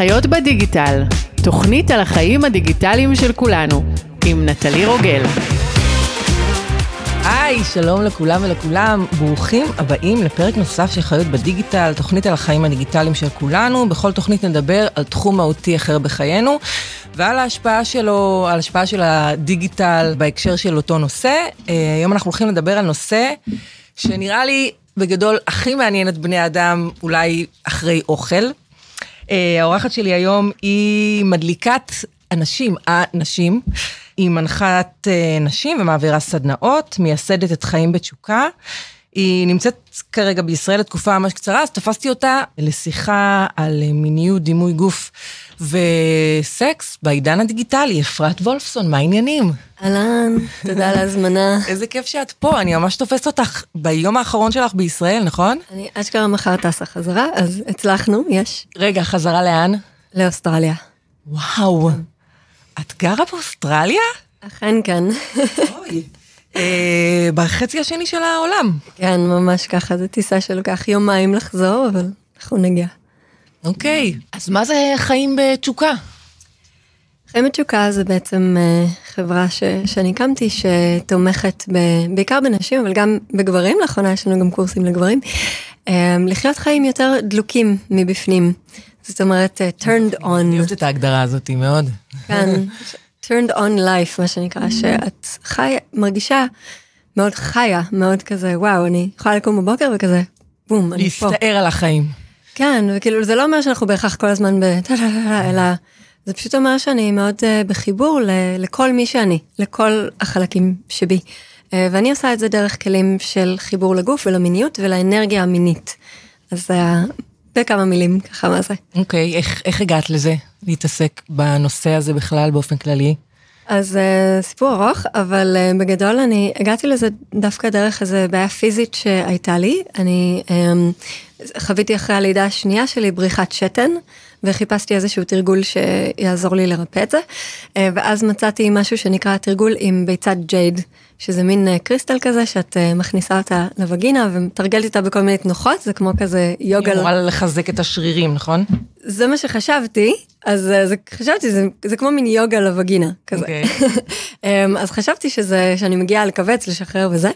חיות בדיגיטל, תוכנית על החיים הדיגיטליים של כולנו, עם נטלי רוגל. היי, שלום לכולם ולכולם, ברוכים הבאים לפרק נוסף של חיות בדיגיטל, תוכנית על החיים הדיגיטליים של כולנו. בכל תוכנית נדבר על תחום מהותי אחר בחיינו, ועל ההשפעה שלו, על ההשפעה של הדיגיטל בהקשר של אותו נושא. היום אנחנו הולכים לדבר על נושא שנראה לי בגדול הכי מעניין את בני אדם, אולי אחרי אוכל. האורחת שלי היום היא מדליקת נשים, היא מנחת נשים ומעבירה סדנאות, מייסדת את חיים בתשוקה. היא נמצאת כרגע בישראל לתקופה ממש קצרה, אז תפסתי אותה לשיחה על מיניות, דימוי גוף וסקס בעידן הדיגיטלי. אפרת וולפסון, מה העניינים? אהלן, תודה על ההזמנה. איזה כיף שאת פה, אני ממש תופסת אותך ביום האחרון שלך בישראל, נכון? אני אשכרה מחר טסה חזרה, אז הצלחנו, יש. רגע, חזרה לאן? לאוסטרליה. וואו, את גרה באוסטרליה? אכן כן. אוי. בחצי השני של העולם. כן, ממש ככה, זו טיסה שלוקח יומיים לחזור, אבל אנחנו נגיע. אוקיי, אז מה זה חיים בתשוקה? חיים בתשוקה זה בעצם חברה שאני הקמתי, שתומכת בעיקר בנשים, אבל גם בגברים, לאחרונה יש לנו גם קורסים לגברים, לחיות חיים יותר דלוקים מבפנים. זאת אומרת, turned on. אני אוהבת את ההגדרה הזאת מאוד. כן, turned on life, מה שנקרא, שאת מרגישה מאוד חיה, מאוד כזה, וואו, אני יכולה לקום בבוקר וכזה, בום, אני פה. להסתער על החיים. כן, וכאילו, זה לא אומר שאנחנו בהכרח כל הזמן אלא זה פשוט אומר שאני מאוד בחיבור לכל מי שאני, לכל החלקים שבי. ואני עושה את זה דרך כלים של חיבור לגוף ולמיניות ולאנרגיה המינית. אז זה היה בכמה מילים ככה מה זה. אוקיי, איך הגעת לזה? להתעסק בנושא הזה בכלל באופן כללי? אז סיפור ארוך, אבל בגדול אני הגעתי לזה דווקא דרך איזו בעיה פיזית שהייתה לי. אני חוויתי אחרי הלידה השנייה שלי בריחת שתן, וחיפשתי איזשהו תרגול שיעזור לי לרפא את זה, ואז מצאתי משהו שנקרא תרגול עם ביצת ג'ייד, שזה מין קריסטל כזה, שאת מכניסה אותה לווגינה, ומתרגלת איתה בכל מיני תנוחות, זה כמו כזה יוגה. היא אמורה לחזק את השרירים, נכון? זה מה שחשבתי, אז חשבתי, זה כמו מין יוגה לווגינה, כזה. אז חשבתי שאני מגיעה לקבץ, לשחרר וזה.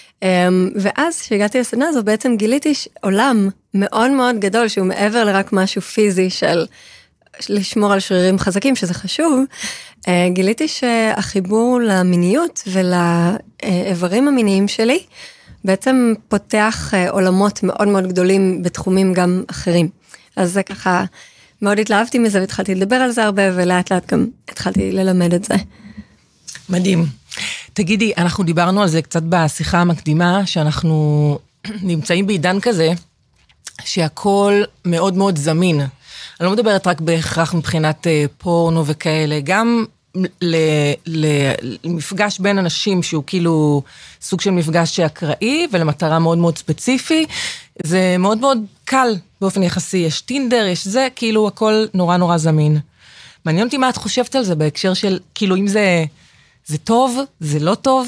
ואז כשהגעתי לסדנה הזו, בעצם גיליתי עולם מאוד מאוד גדול, שהוא מעבר לרק משהו פיזי של לשמור על שרירים חזקים, שזה חשוב. גיליתי שהחיבור למיניות ולאיברים המיניים שלי, בעצם פותח עולמות מאוד מאוד גדולים בתחומים גם אחרים. אז זה ככה, מאוד התלהבתי מזה, והתחלתי לדבר על זה הרבה, ולאט לאט גם התחלתי ללמד את זה. מדהים. תגידי, אנחנו דיברנו על זה קצת בשיחה המקדימה, שאנחנו נמצאים בעידן כזה, שהכל מאוד מאוד זמין. אני לא מדברת רק בהכרח מבחינת פורנו וכאלה, גם למפגש בין אנשים שהוא כאילו סוג של מפגש אקראי, ולמטרה מאוד מאוד ספציפי, זה מאוד מאוד קל באופן יחסי, יש טינדר, יש זה, כאילו הכל נורא נורא זמין. מעניין אותי מה את חושבת על זה בהקשר של, כאילו אם זה טוב, זה לא טוב?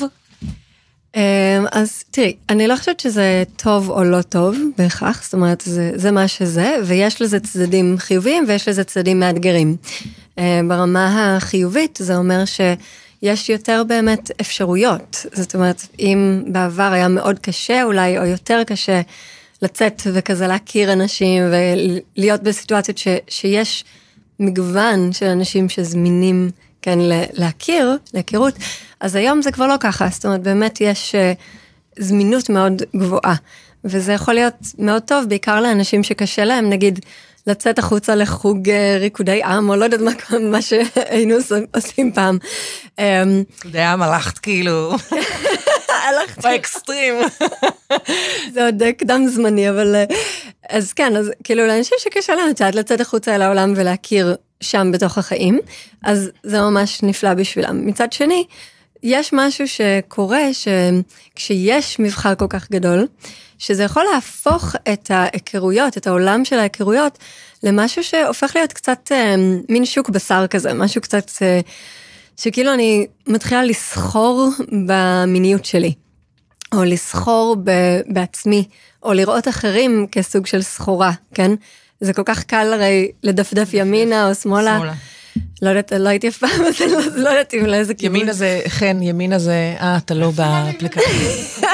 אז תראי, אני לא חושבת שזה טוב או לא טוב בהכרח, זאת אומרת, זה מה שזה, ויש לזה צדדים חיוביים ויש לזה צדדים מאתגרים. ברמה החיובית זה אומר שיש יותר באמת אפשרויות, זאת אומרת, אם בעבר היה מאוד קשה אולי, או יותר קשה לצאת וכזה להכיר אנשים, ולהיות בסיטואציות שיש מגוון של אנשים שזמינים, כן, להכירות, אז היום זה כבר לא ככה, זאת אומרת, באמת יש זמינות מאוד גבוהה, וזה יכול להיות מאוד טוב, בעיקר לאנשים שקשה להם, נגיד, לצאת החוצה לחוג ריקודי עם, או לא יודעת מה שהיינו עושים פעם. זה היה מלאכת כאילו, באקסטרים. זה עוד קדם זמני, אבל, אז כן, אז כאילו לאנשים שקשה להם, לצאת החוצה אל העולם ולהכיר שם בתוך החיים, אז זה ממש נפלא בשבילם. מצד שני, יש משהו שקורה, שכשיש מבחר כל כך גדול, שזה יכול להפוך את ההיכרויות, את העולם של ההיכרויות, למשהו שהופך להיות קצת מין שוק בשר כזה, משהו קצת שכאילו אני מתחילה לסחור במיניות שלי, או לסחור בעצמי, או לראות אחרים כסוג של סחורה, כן? זה כל כך קל הרי לדפדף ימינה או שמאלה. לא יודעת, לא הייתי אף פעם, אז לא יודעת אם לאיזה כיוון. ימינה זה, כן, ימינה זה, אתה לא באפליקציה.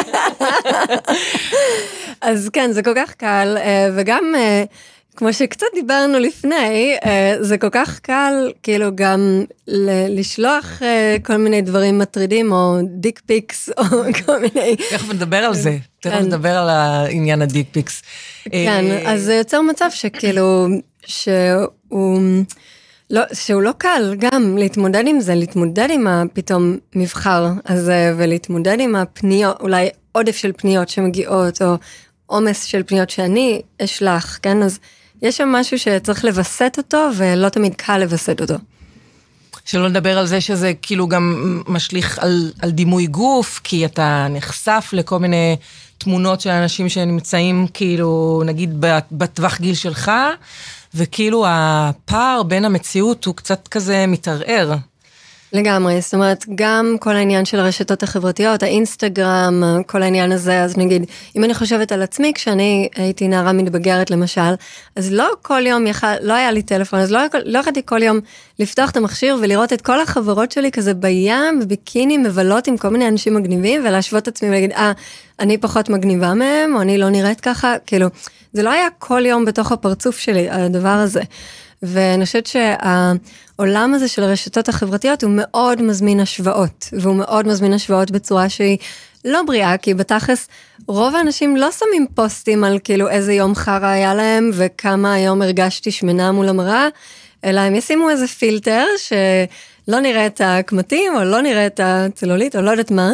אז כן, זה כל כך קל, וגם, כמו שקצת דיברנו לפני, זה כל כך קל, כאילו גם לשלוח כל מיני דברים מטרידים, או דיק פיקס, או כל מיני... תכף נדבר על זה, תכף נדבר על העניין הדיק פיקס. כן, אז זה יוצר מצב שכאילו, שהוא לא קל גם להתמודד עם זה, להתמודד עם הפתאום מבחר הזה, ולהתמודד עם הפניות, אולי עודף של פניות שמגיעות, או עומס של פניות שאני אשלח, כן? אז יש שם משהו שצריך לבסט אותו, ולא תמיד קל לבסט אותו. שלא נדבר על זה שזה כאילו גם משליך על דימוי גוף, כי אתה נחשף לכל מיני תמונות של אנשים שנמצאים כאילו, נגיד, בטווח גיל שלך, וכאילו הפער בין המציאות הוא קצת כזה מתערער. לגמרי, זאת אומרת, גם כל העניין של הרשתות החברתיות, האינסטגרם, כל העניין הזה, אז נגיד, אם אני חושבת על עצמי, כשאני הייתי נערה מתבגרת למשל, אז לא כל יום, לא היה לי טלפון, אז לא יכולתי כל יום לפתוח את המכשיר ולראות את כל החברות שלי כזה בים, בביקיני, מבלות עם כל מיני אנשים מגניבים, ולהשוות את עצמי ולהגיד, אני פחות מגניבה מהם, או אני לא נראית ככה, כאילו, זה לא היה כל יום בתוך הפרצוף שלי, הדבר הזה. ואני חושבת שהעולם הזה של הרשתות החברתיות הוא מאוד מזמין השוואות, והוא מאוד מזמין השוואות בצורה שהיא לא בריאה, כי בתכלס רוב האנשים לא שמים פוסטים על כאילו איזה יום חרה היה להם, וכמה היום הרגשתי שמנה מול המראה, אלא הם ישימו איזה פילטר שלא נראה את הקמטים, או לא נראה את הצלולית, או לא יודעת מה,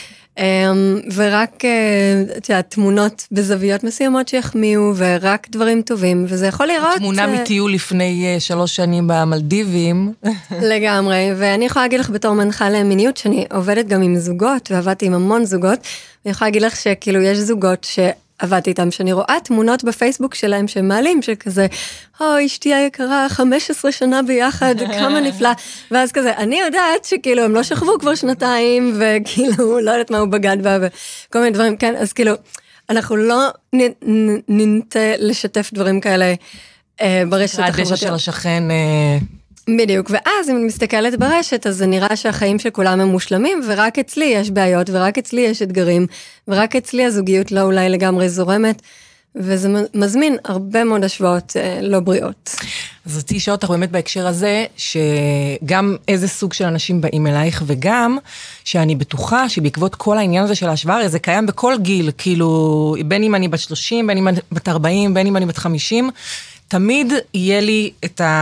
ורק תמונות בזוויות מסוימות שיחמיאו, ורק דברים טובים, וזה יכול לראות... תמונה מטיול לפני 3 שנים במלדיבים. לגמרי, ואני יכולה להגיד לך בתור מנחה למיניות, שאני עובדת גם עם זוגות, ועבדתי עם המון זוגות, ואני יכולה להגיד לך שכאילו יש זוגות שעבדתי איתם, שאני רואה תמונות בפייסבוק שלהם שהם מעלים, שכזה, אשתי היקרה, 15 שנה ביחד, כמה נפלא, ואז כזה, אני יודעת שכאילו הם לא שכבו כבר 2 וכאילו, לא יודעת מה הוא בגד בה, וכל מיני דברים, כן, אז כאילו, אנחנו לא ננטה לשתף דברים כאלה ברשת החברתיות. הדשא של השכן... בדיוק, ואז אם אני מסתכלת ברשת, אז זה נראה שהחיים של כולם הם מושלמים, ורק אצלי יש בעיות, ורק אצלי יש אתגרים, ורק אצלי הזוגיות לא אולי לגמרי זורמת, וזה מזמין הרבה מאוד השוואות לא בריאות. אז רציתי לשאול אותך באמת בהקשר הזה, שגם איזה סוג של אנשים באים אלייך, וגם שאני בטוחה שבעקבות כל העניין הזה של ההשוואה, זה קיים בכל גיל, כאילו, בין אם אני בת 30, בין אם אני בת 40, בין אם אני בת 50, תמיד יהיה לי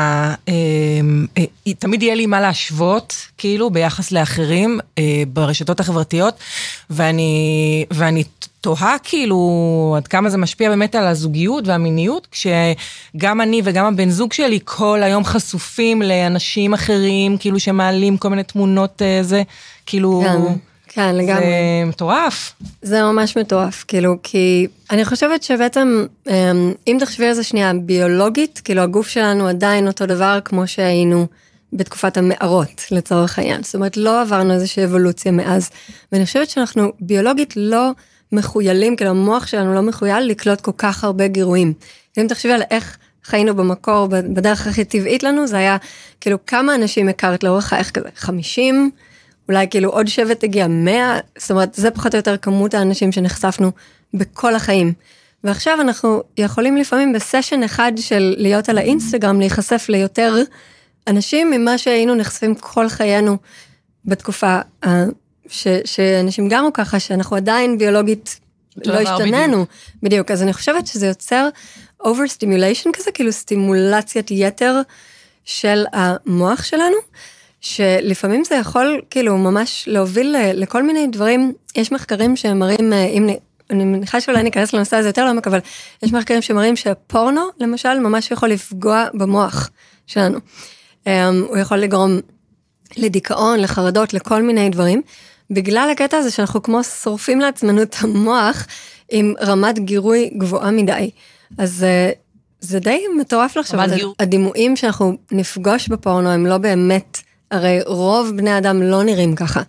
תמיד יהיה לי מה להשוות, כאילו, ביחס לאחרים, ברשתות החברתיות, ואני תוהה, כאילו, עד כמה זה משפיע באמת על הזוגיות והמיניות, כשגם אני וגם הבן זוג שלי כל היום חשופים לאנשים אחרים, כאילו, שמעלים כל מיני תמונות, זה, כאילו... כן, לגמרי. זה מטורף. זה ממש מטורף, כאילו, כי אני חושבת שבעצם, אם תחשבי על זה שנייה, ביולוגית, כאילו הגוף שלנו עדיין אותו דבר כמו שהיינו בתקופת המערות, לצורך העניין. זאת אומרת, לא עברנו איזושהי אבולוציה מאז, ואני חושבת שאנחנו ביולוגית לא מחוילים, כאילו המוח שלנו לא מחויל לקלוט כל כך הרבה גירויים. אם תחשבי על איך חיינו במקור, בדרך הכי טבעית לנו, זה היה כאילו כמה אנשים הכרת לאורך האיך כזה, 50, אולי כאילו עוד שבט הגיע 100, זאת אומרת, זה פחות או יותר כמות האנשים שנחשפנו בכל החיים. ועכשיו אנחנו יכולים לפעמים בסשן אחד של להיות על האינסטגרם, להיחשף ליותר אנשים ממה שהיינו נחשפים כל חיינו בתקופה שאנשים גרו ככה, שאנחנו עדיין ביולוגית לא השתננו. בדיוק, אז אני חושבת שזה יוצר overstimulation כזה, כאילו סטימולציית יתר של המוח שלנו, שלפעמים זה יכול כאילו ממש להוביל לכל מיני דברים, יש מחקרים שמראים, אני מניחה שאולי ניכנס לנושא הזה יותר לעומק, אבל יש מחקרים שמראים שהפורנו, למשל, ממש יכול לפגוע במוח שלנו. הוא יכול לגרום לדיכאון, לחרדות, לכל מיני דברים, בגלל הקטע הזה שאנחנו כמו שורפים לעצמנו את המוח, עם רמת גירוי גבוהה מדי. אז זה די מטורף לחשוב, הדימויים שאנחנו נפגוש בפורנו, הם לא באמת, הרי רוב בני אדם לא נראים ככה.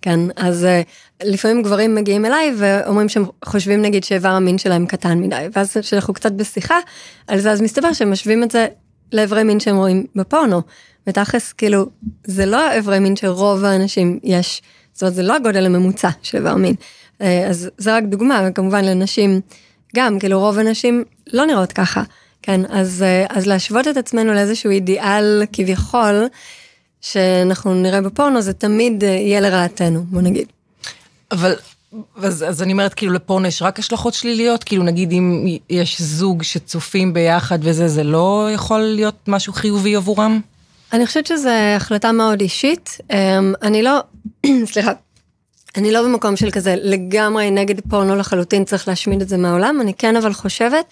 כן, אז לפעמים גברים מגיעים אליי ואומרים שהם חושבים נגיד שאיבר המין שלהם קטן מדי, ואז כשאנחנו קצת בשיחה על זה, אז מסתבר שהם משווים את זה לאיברי מין שהם רואים בפורנו, ותכלס כאילו זה לא איברי מין שרוב האנשים יש, זאת אומרת זה לא הגודל הממוצע של איבר מין, אז זה רק דוגמה, וכמובן לנשים גם, כאילו רוב הנשים לא נראות ככה, כן, אז להשוות את עצמנו לאיזשהו אידיאל כביכול, שאנחנו נראה בפורנו, זה תמיד יהיה לרעתנו, בוא נגיד. אבל, אז אני אומרת, כאילו לפורנו יש רק השלכות שליליות, כאילו נגיד אם יש זוג שצופים ביחד וזה, זה לא יכול להיות משהו חיובי עבורם? אני חושבת שזו החלטה מאוד אישית, אני לא, סליחה, אני לא במקום של כזה לגמרי נגד פורנו לחלוטין, צריך להשמיד את זה מהעולם, אני כן אבל חושבת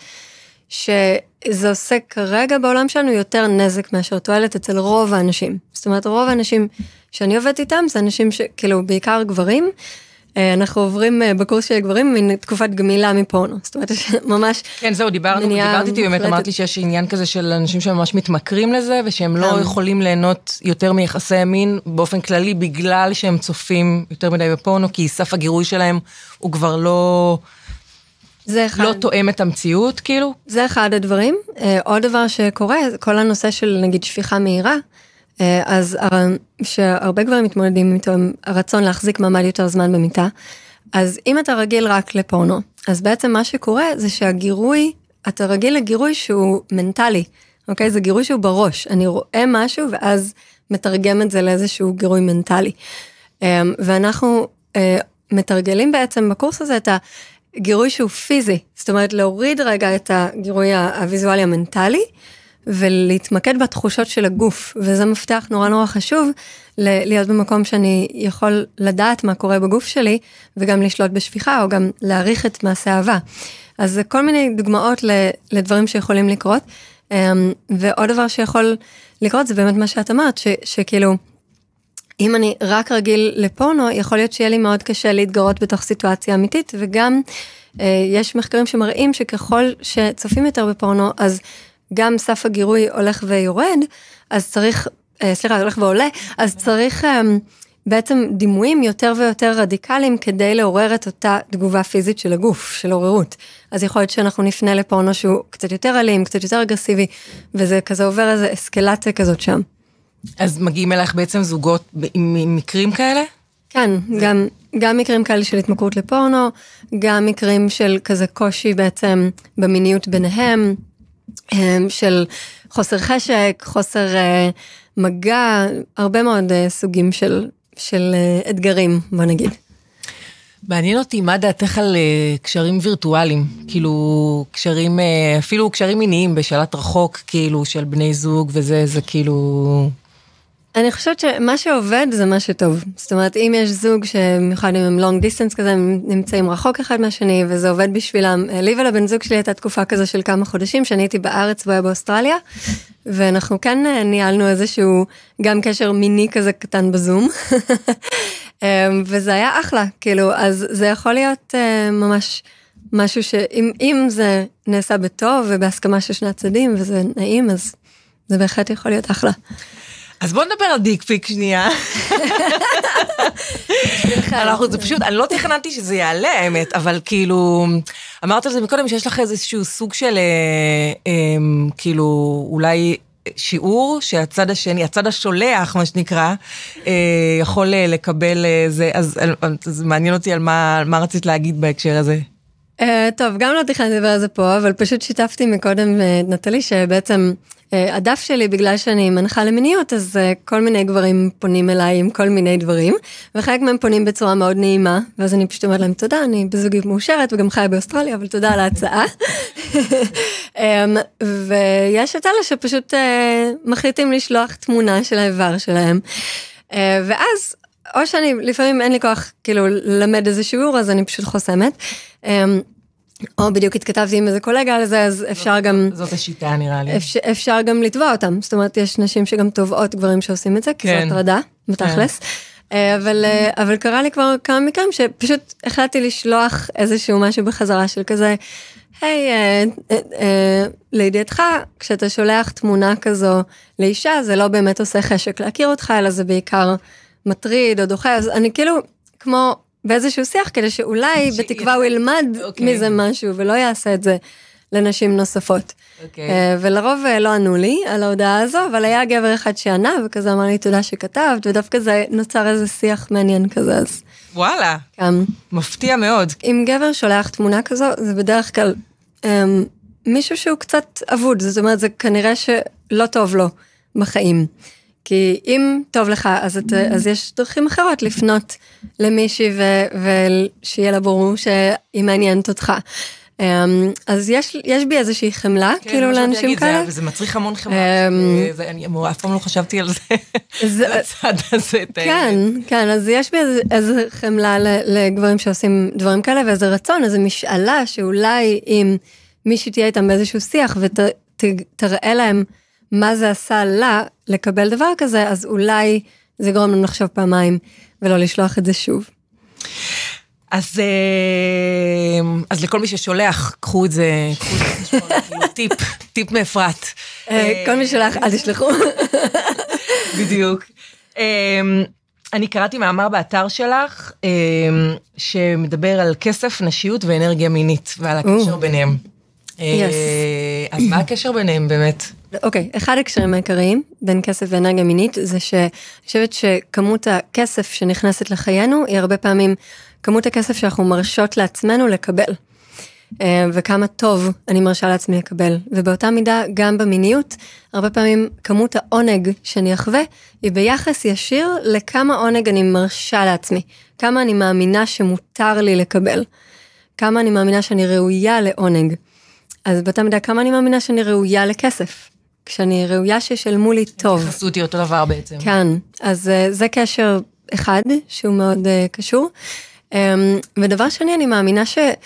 שזה עושה כרגע בעולם שלנו יותר נזק מאשר תועלת אצל רוב האנשים. זאת אומרת, רוב האנשים שאני עובדת איתם, זה אנשים שכאילו בעיקר גברים, אנחנו עוברים בקורס של גברים מן תקופת גמילה מפורנו. זאת אומרת, ממש... כן, זהו, דיברתי איתי, באמת אמרת לי שיש עניין כזה של אנשים שממש מתמכרים לזה, ושהם לא יכולים ליהנות יותר מיחסי מין באופן כללי, בגלל שהם צופים יותר מדי בפורנו, כי סף הגירוי שלהם הוא כבר לא תואם את המציאות, כאילו? זה אחד הדברים. עוד דבר שקורה, כל הנושא של נגיד שפיכה מהירה, אז שהרבה גברים מתמודדים איתו עם הרצון להחזיק מעמד יותר זמן במיטה, אז אם אתה רגיל רק לפורנו, אז בעצם מה שקורה זה שהגירוי, אתה רגיל לגירוי שהוא מנטלי, אוקיי? זה גירוי שהוא בראש, אני רואה משהו ואז מתרגם את זה לאיזשהו גירוי מנטלי. ואנחנו מתרגלים בעצם בקורס הזה את הגירוי שהוא פיזי, זאת אומרת להוריד רגע את הגירוי הוויזואלי המנטלי, ולהתמקד בתחושות של הגוף, וזה מפתח נורא נורא חשוב, להיות במקום שאני יכול לדעת מה קורה בגוף שלי, וגם לשלוט בשפיכה, או גם להעריך את מעשה אהבה. אז זה כל מיני דוגמאות לדברים שיכולים לקרות, ועוד דבר שיכול לקרות, זה באמת מה שאת אמרת, שכאילו, אם אני רק רגיל לפורנו, יכול להיות שיהיה לי מאוד קשה להתגרות בתוך סיטואציה אמיתית, וגם יש מחקרים שמראים שככל שצופים יותר בפורנו, אז גם סף הגירוי הולך ויורד, אז צריך, הולך ועולה, אז צריך בעצם דימויים יותר ויותר רדיקליים, כדי לעורר את אותה תגובה פיזית של הגוף, של עוררות. אז יכול להיות שאנחנו נפנה לפורנו שהוא קצת יותר אלים, קצת יותר אגרסיבי, וזה כזה עובר איזה אסקלציה כזאת שם. אז מגיעים אליך בעצם זוגות עם מקרים כאלה? כן, גם מקרים כאלה של התמכרות לפורנו, גם מקרים של כזה קושי בעצם במיניות ביניהם, של חוסר חשק, חוסר מגע, הרבה מאוד סוגים של אתגרים, בוא נגיד. מעניין אותי, מה דעתך על קשרים וירטואליים? כאילו, קשרים, אפילו קשרים מיניים בשלט רחוק, כאילו, של בני זוג, וזה, זה כאילו... אני חושבת שמה שעובד זה מה שטוב. זאת אומרת, אם יש זוג שמיוחד אם הם long distance כזה, הם נמצאים רחוק אחד מהשני, וזה עובד בשבילם. לי ולבן זוג שלי הייתה תקופה כזו של כמה חודשים, שאני הייתי בארץ והוא היה באוסטרליה, ואנחנו כן ניהלנו איזשהו גם קשר מיני כזה קטן בזום, וזה היה אחלה, כאילו, אז זה יכול להיות ממש משהו שאם זה נעשה בטוב ובהסכמה של שני הצדדים, וזה נעים, אז זה בהחלט יכול להיות אחלה. אז בוא נדבר על דיק פיק שנייה. זה פשוט, אני לא תכננתי שזה יעלה האמת, אבל כאילו, אמרת על זה מקודם שיש לך איזשהו סוג של, כאילו, אולי שיעור שהצד השני, הצד השולח, מה שנקרא, יכול לקבל זה, אז מעניין אותי על מה רצית להגיד בהקשר הזה. טוב, גם לא תכננתי לדבר על זה פה, אבל פשוט שיתפתי מקודם נטלי, שבעצם הדף שלי, בגלל שאני מנחה למיניות, אז כל מיני גברים פונים אליי עם כל מיני דברים, וחלק מהם פונים בצורה מאוד נעימה, ואז אני פשוט אומרת להם תודה, אני בזוגיות מאושרת, וגם חיה באוסטרליה, אבל תודה על ההצעה. ויש את אלה שפשוט מחליטים לשלוח תמונה של האיבר שלהם, ואז, או שאני, לפעמים אין לי כוח כאילו ללמד איזה שיעור, אז אני פשוט חוסמת, או בדיוק התכתבתי עם איזה קולגה על זה, אז אפשר גם... זאת השיטה נראה לי. אפשר גם לתבוע אותם, זאת אומרת, יש נשים שגם תובעות גברים שעושים את זה, כי זו הטרדה, בתכלס. אבל קרה לי כבר כמה מקרים שפשוט החלטתי לשלוח איזשהו משהו בחזרה של כזה, היי, לידיעתך, כשאתה שולח תמונה כזו לאישה, זה לא באמת עושה חשק להכיר אותך, אלא זה בעיקר מטריד או דוחה, אז אני כאילו כמו באיזשהו שיח, כדי שאולי בתקווה הוא ילמד מזה משהו, ולא יעשה את זה לנשים נוספות. ולרוב לא ענו לי על ההודעה הזו, אבל היה גבר אחד שענה, וכזה אמר לי תודה שכתבת, ודווקא זה נוצר איזה שיח מעניין כזה, אז... וואלה, מפתיע מאוד. אם גבר שולח תמונה כזו, זה בדרך כלל מישהו שהוא קצת אבוד, זאת אומרת, זה כנראה שלא טוב לו בחיים. כי אם טוב לך, אז יש דרכים אחרות לפנות למישהי ושיהיה לה ברור שהיא מעניינת אותך. אז יש בי איזושהי חמלה, כאילו לאנשים כאלה. וזה מצריך המון חמלה. אני אף פעם לא חשבתי על זה, על הצד הזה. כן, אז יש בי איזו חמלה לגברים שעושים דברים כאלה, ואיזה רצון, איזו משאלה שאולי אם מישהי תהיה איתם באיזשהו שיח, ותראה להם מה זה עשה לה לקבל דבר כזה, אז אולי זה גורם לנו לחשוב פעמיים, ולא לשלוח את זה שוב. אז לכל מי ששולח, קחו את זה, טיפ מאפרת. כל מי ששולח, אל תשלחו. בדיוק. אני קראתי מאמר באתר שלך, שמדבר על כסף, נשיות ואנרגיה מינית, ועל הקשר ביניהם. אז מה הקשר ביניהם באמת? אוקיי, אחד הקשרים העיקריים בין כסף ואנרגיה מינית, זה שאני חושבת שכמות הכסף שנכנסת לחיינו, היא הרבה פעמים כמות הכסף שאנחנו מרשות לעצמנו לקבל. וכמה טוב אני מרשה לעצמי לקבל. ובאותה מידה, גם במיניות, הרבה פעמים כמות העונג שאני אחווה, היא ביחס ישיר לכמה עונג אני מרשה לעצמי. כמה אני מאמינה שמותר לי לקבל. כמה אני מאמינה שאני ראויה לעונג. אז באותה מידה, כמה אני מאמינה שאני ראויה לכסף. כשאני ראויה שישלמו לי טוב. התייחסות היא אותו דבר בעצם. כן, אז זה קשר אחד, שהוא מאוד קשור. ודבר שני, אני מאמינה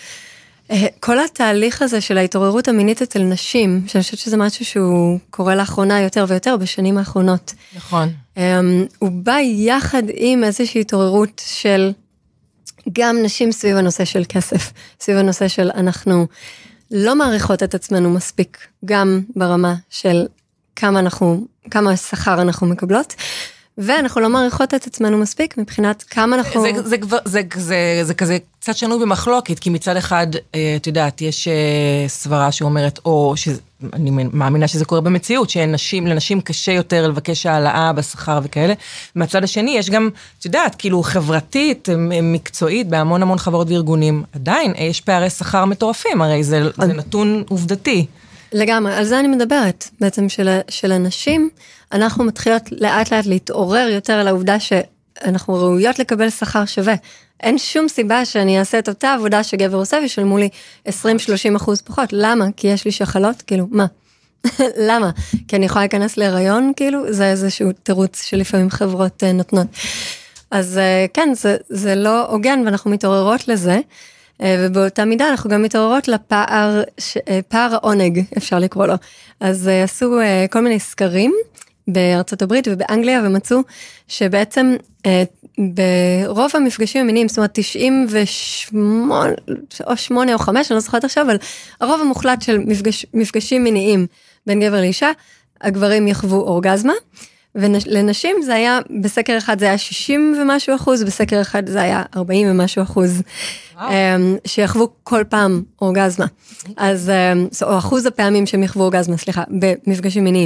שכל התהליך הזה של ההתעוררות המינית אצל נשים, שאני חושבת שזה משהו שהוא קורה לאחרונה יותר ויותר בשנים האחרונות. נכון. הוא בא יחד עם איזושהי התעוררות של גם נשים סביב הנושא של כסף, סביב הנושא של אנחנו לא מעריכות את עצמנו מספיק, גם ברמה של כמה שכר אנחנו מקבלות, ואנחנו לא מעריכות את עצמנו מספיק מבחינת כמה אנחנו... זה כזה קצת שנוי במחלוקת, כי מצד אחד, את יודעת, יש סברה שאומרת, או שאני מאמינה שזה קורה במציאות, שלנשים קשה יותר לבקש העלאה בשכר וכאלה, מהצד השני יש גם, את יודעת, כאילו חברתית, מקצועית, בהמון המון חברות וארגונים, עדיין יש פערי שכר מטורפים, הרי זה נתון עובדתי. לגמרי, על זה אני מדברת, בעצם של אנשים, אנחנו מתחילות לאט לאט להתעורר יותר על העובדה שאנחנו ראויות לקבל שכר שווה. אין שום סיבה שאני אעשה את אותה עבודה שגבר עושה, וישלמו לי 20-30% פחות. למה? כי יש לי שחלות? כאילו, מה? למה? כי אני יכולה להיכנס להיריון, כאילו, זה איזשהו תירוץ שלפעמים חברות נותנות. אז כן, זה לא הוגן, ואנחנו מתעוררות לזה, ובאותה מידה אנחנו גם מתעוררות לפער העונג, אפשר לקרוא לו. אז עשו כל מיני סקרים בארצות הברית ובאנגליה, ומצאו שבעצם ברוב המפגשים המיניים, זאת אומרת 98 או 8 או 5, אני לא זוכרת עכשיו, אבל הרוב המוחלט של מפגשים מיניים בין גבר לאישה, הגברים יחוו אורגזמה, ולנשים זה היה, בסקר אחד זה היה 60 ומשהו אחוז, בסקר אחד זה היה 40 ומשהו אחוז, שיחוו כל פעם אורגזמה. אז, או אחוז הפעמים שהם יחוו אורגזמה, סליחה, במפגשים מיניים.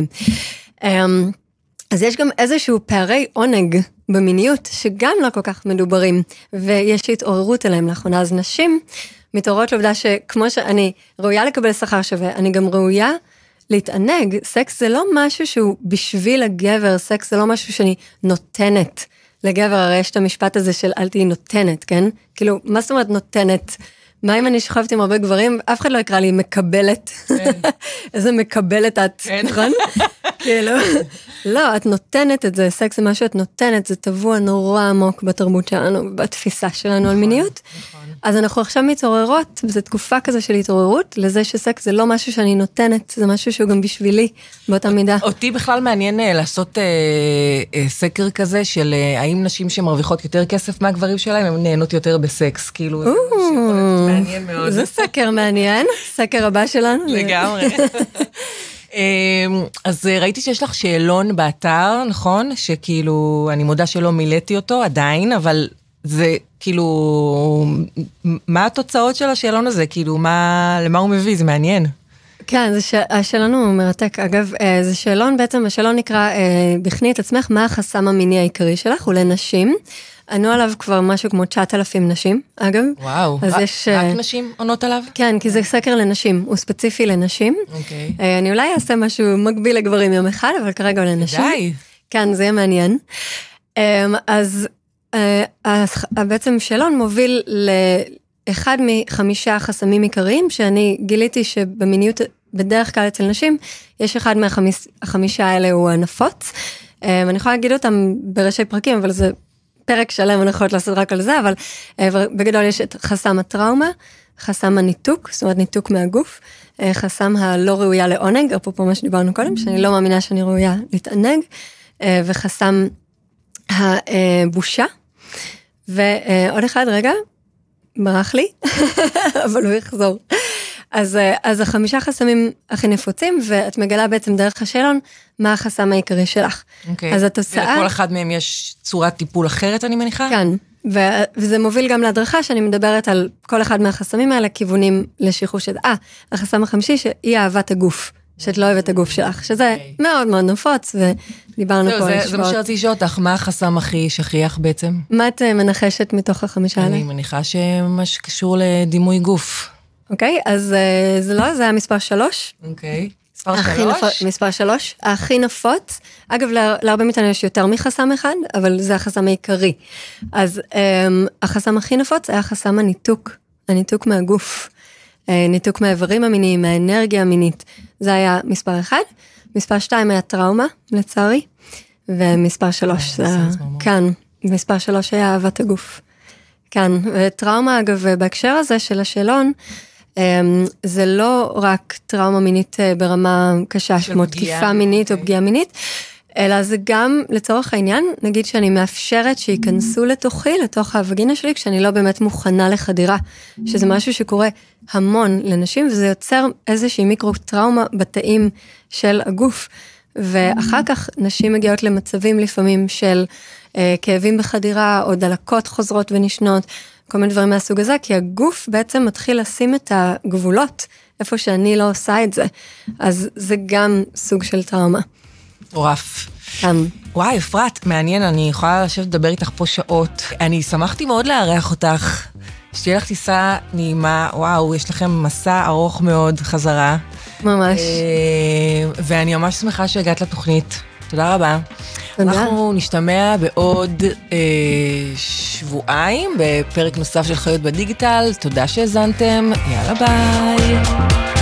אז יש גם איזשהו פערי עונג במיניות, שגם לא כל כך מדוברים, ויש התעוררות אליהם לאחרונה. אז נשים מתעוררות לעובדה שכמו שאני ראויה לקבל שכר שווה, אני גם ראויה להתענג. סקס זה לא משהו שהוא בשביל הגבר, סקס זה לא משהו שאני נותנת לגבר, הרי יש את המשפט הזה של אל תהי נותנת, כן? כאילו, מה זאת אומרת נותנת? מה אם אני שוכבת עם הרבה גברים, אף אחד לא יקרא לי מקבלת. איזה מקבלת את, נכון? כאילו, לא, את נותנת את זה, סקס זה משהו את נותנת, זה טבוע נורא עמוק בתרבות שלנו, בתפיסה שלנו על מיניות. אז אנחנו עכשיו מתעוררות, וזו תקופה כזו של התעוררות, לזה שסקס זה לא משהו שאני נותנת, זה משהו שהוא גם בשבילי, באותה מידה. אותי בכלל מעניין לעשות סקר כזה, של האם נשים שמרוויחות יותר כסף מהגברים שלהם, הן נהנות יותר בסקס, כאילו, זה מעניין מאוד. זה סקר מעניין, סקר הבא שלנו. לגמרי. אז ראיתי שיש לך שאלון באתר, נכון? שכאילו, אני מודה שלא מילאתי אותו עדיין, אבל זה כאילו, מה התוצאות של השאלון הזה? כאילו, למה הוא מביא? זה מעניין. כן, השאלון הוא מרתק. אגב, זה שאלון, בעצם השאלון נקרא, בכני את עצמך, מה החסם המיני העיקרי שלך? הוא לנשים. ענו עליו כבר משהו כמו 9,000 נשים, אגב. וואו, רק נשים עונות עליו? כן, כי זה סקר לנשים, הוא ספציפי לנשים. אוקיי. אני אולי אעשה משהו מקביל לגברים יום אחד, אבל כרגע הוא לנשים. די. כן, זה יהיה מעניין. אז בעצם שאלון מוביל לאחד מ5 חסמים עיקריים, שאני גיליתי שבמיניות, בדרך כלל אצל נשים, יש אחד מה5 האלה הוא הנפוץ. אני יכולה להגיד אותם בראשי פרקים, אבל זה פרק שלם, אני יכולת לעשות רק על זה, אבל בגדול יש את חסם הטראומה, חסם הניתוק, זאת אומרת ניתוק מהגוף, חסם הלא ראויה לעונג, אפרופו מה שדיברנו קודם, שאני לא מאמינה שאני ראויה להתענג, וחסם הבושה, ועוד אחד רגע, ברח לי, אבל הוא יחזור. אז 5 חסמים הכי נפוצים, ואת מגלה בעצם דרך השאלון, מה החסם העיקרי שלך. אוקיי. אז התוצאה... ולכל אחד מהם יש צורת טיפול אחרת, אני מניחה? כן, וזה מוביל גם להדרכה, שאני מדברת על כל אחד מהחסמים האלה, כיוונים לשחרור של... החסם החמישי, שהיא אהבת הגוף, שאת לא אוהבת את הגוף שלך, שזה מאוד מאוד נפוץ, ודיברנו פה על זה מה שרציתי לשאול אותך, מה החסם הכי שכיח בעצם? מה את מנחשת מתוך 5 האלה? אני מניחה שמה שקשור לדימוי גוף. אוקיי, אז זה לא, זה היה מספר 3. אוקיי. מספר 3? מספר 3, הכי נפוץ. אגב, להרבה מאיתנו יש יותר מחסם אחד, אבל זה החסם העיקרי. אז החסם הכי נפוץ היה חסם הניתוק מהגוף. ניתוק מהאיברים המיניים, מהאנרגיה המינית. זה היה מספר 1. מספר 2 היה טראומה, לצערי. ומספר 3, כן, מספר 3 היה אהבת הגוף. כן, וטראומה, אגב, בהקשר הזה של השאלון, זה לא רק טראומה מינית ברמה קשה, כמו תקיפה מינית או פגיעה מינית, אלא זה גם, לצורך העניין, נגיד שאני מאפשרת שיכנסו לתוכי, לתוך הווגינה שלי, כשאני לא באמת מוכנה לחדירה, שזה משהו שקורה המון לנשים, וזה יוצר איזושהי מיקרו-טראומה בתאים של הגוף, ואחר כך נשים מגיעות למצבים לפעמים של כאבים בחדירה, או דלקות חוזרות ונשנות, כל מיני דברים מהסוג הזה, כי הגוף בעצם מתחיל לשים את הגבולות, איפה שאני לא עושה את זה. אז זה גם סוג של טראומה. מטורף. כן. וואי, אפרת, מעניין, אני יכולה לשבת לדבר איתך פה שעות. אני שמחתי מאוד לארח אותך, שתהיה לך טיסה נעימה, וואו, יש לכם מסע ארוך מאוד חזרה. ממש. ואני ממש שמחה שהגעת לתוכנית. תודה רבה. תודה. אנחנו נשתמע בעוד שבועיים בפרק נוסף של חיות בדיגיטל. תודה שהזנתם, יאללה ביי.